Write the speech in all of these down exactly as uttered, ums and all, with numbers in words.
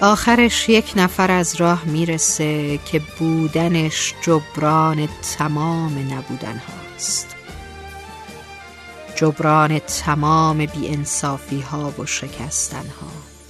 آخرش یک نفر از راه میرسه که بودنش جبران تمام نبودن هاست، جبران تمام بی انصافی ها و شکستن ها.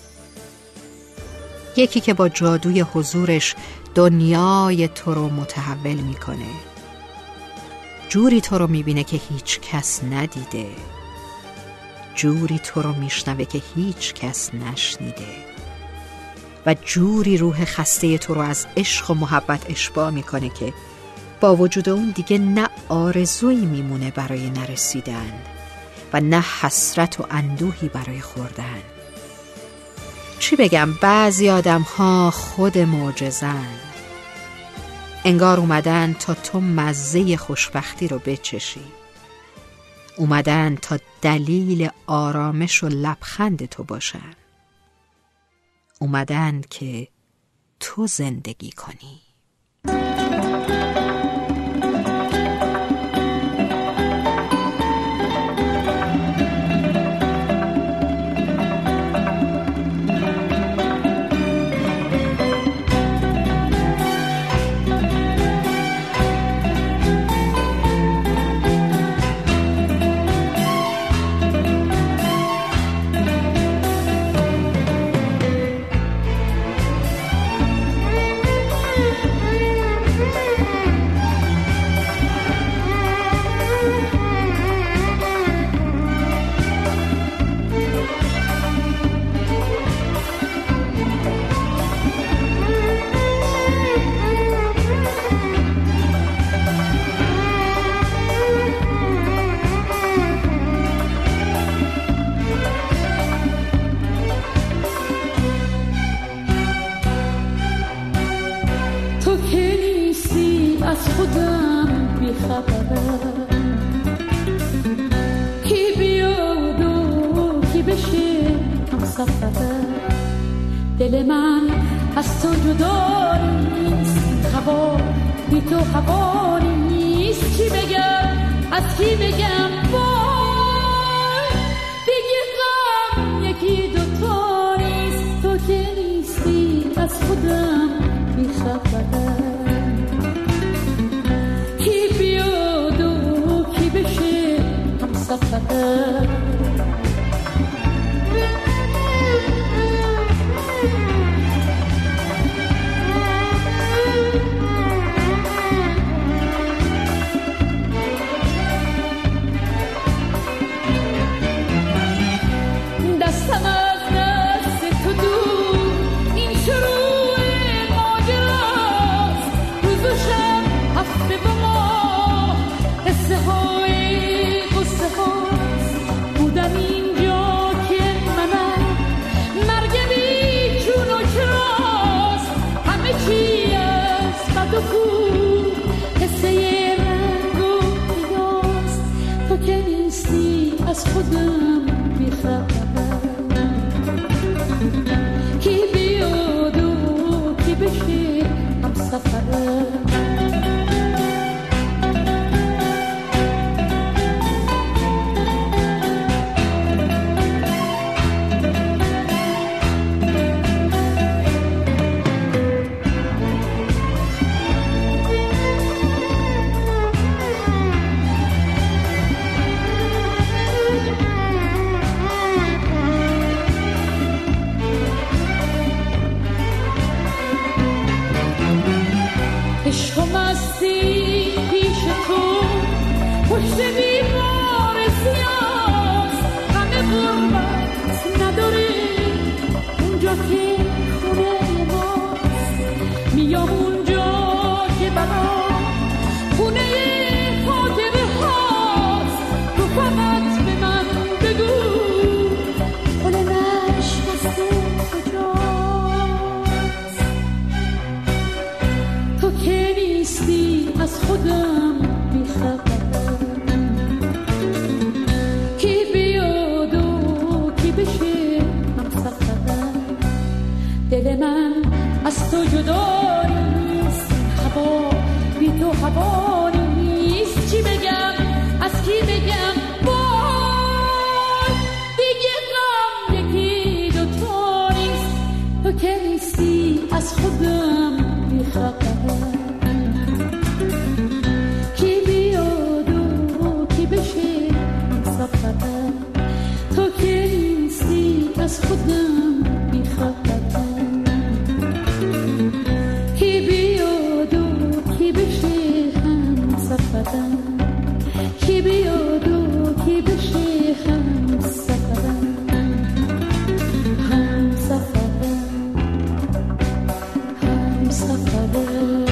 یکی که با جادوی حضورش دنیای تو رو متحول میکنه، جوری تو رو میبینه که هیچ کس ندیده، جوری تو رو میشنوه که هیچ کس نشنیده و جوری روح خسته تو رو از عشق و محبت اشباع میکنه که با وجود اون دیگه نه آرزویی میمونه برای نرسیدن و نه حسرت و اندوهی برای خوردن. چی بگم، بعضی آدم ها خود معجزن، انگار اومدن تا تو مزه خوشبختی رو بچشی، اومدن تا دلیل آرامش و لبخند تو باشن، اومدن که تو زندگی کنی. از خودم بیخبرم، کی بیاد و کی بشه هم سفرم. دل من از تو جدا نیست، هوا بی تو هوا نیست. چی بگم از کی بگم، وای دیگه غم یکی دوتا نیست. تو که نیستی از خودم بیخبرم، دستم از دست تو دور، این شروع ماجراست. روز و شب، هفته و ماه، قصه های قصه هاست. بودم اینجا که منم، مرگ بی چون و چراست. همه چی از بد و خوب، قصه رنگ و پیاست. تو که نیستی از خودم بیخبرم، کی بیاد و کی بشه هم سفرم. عشق و مستی پیش تو، پشت دیوار سیاست. همه غربت نداره اونجا که خونه ماست. میام اونجا که برام خونه خاطره هاست. تو فقط به من بگو خونه نشکسته کجاست. تو که نیستی از خودم بیخبرم، کی بیاد و کی بشه هم سفرم. دل من از تو جدا نیست، هوا بی تو هوا نیست. چی بگم از کی بگم، وای دیگه غم یکی دوتا نیست. تو که نیستی از خودم بی‌خبرم، کی بیاد و کی بشه هم سفرم، کی بیاد و کی بشه هم سفرم، هم سفرم، هم سفرم.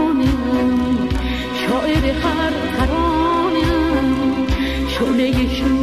شعله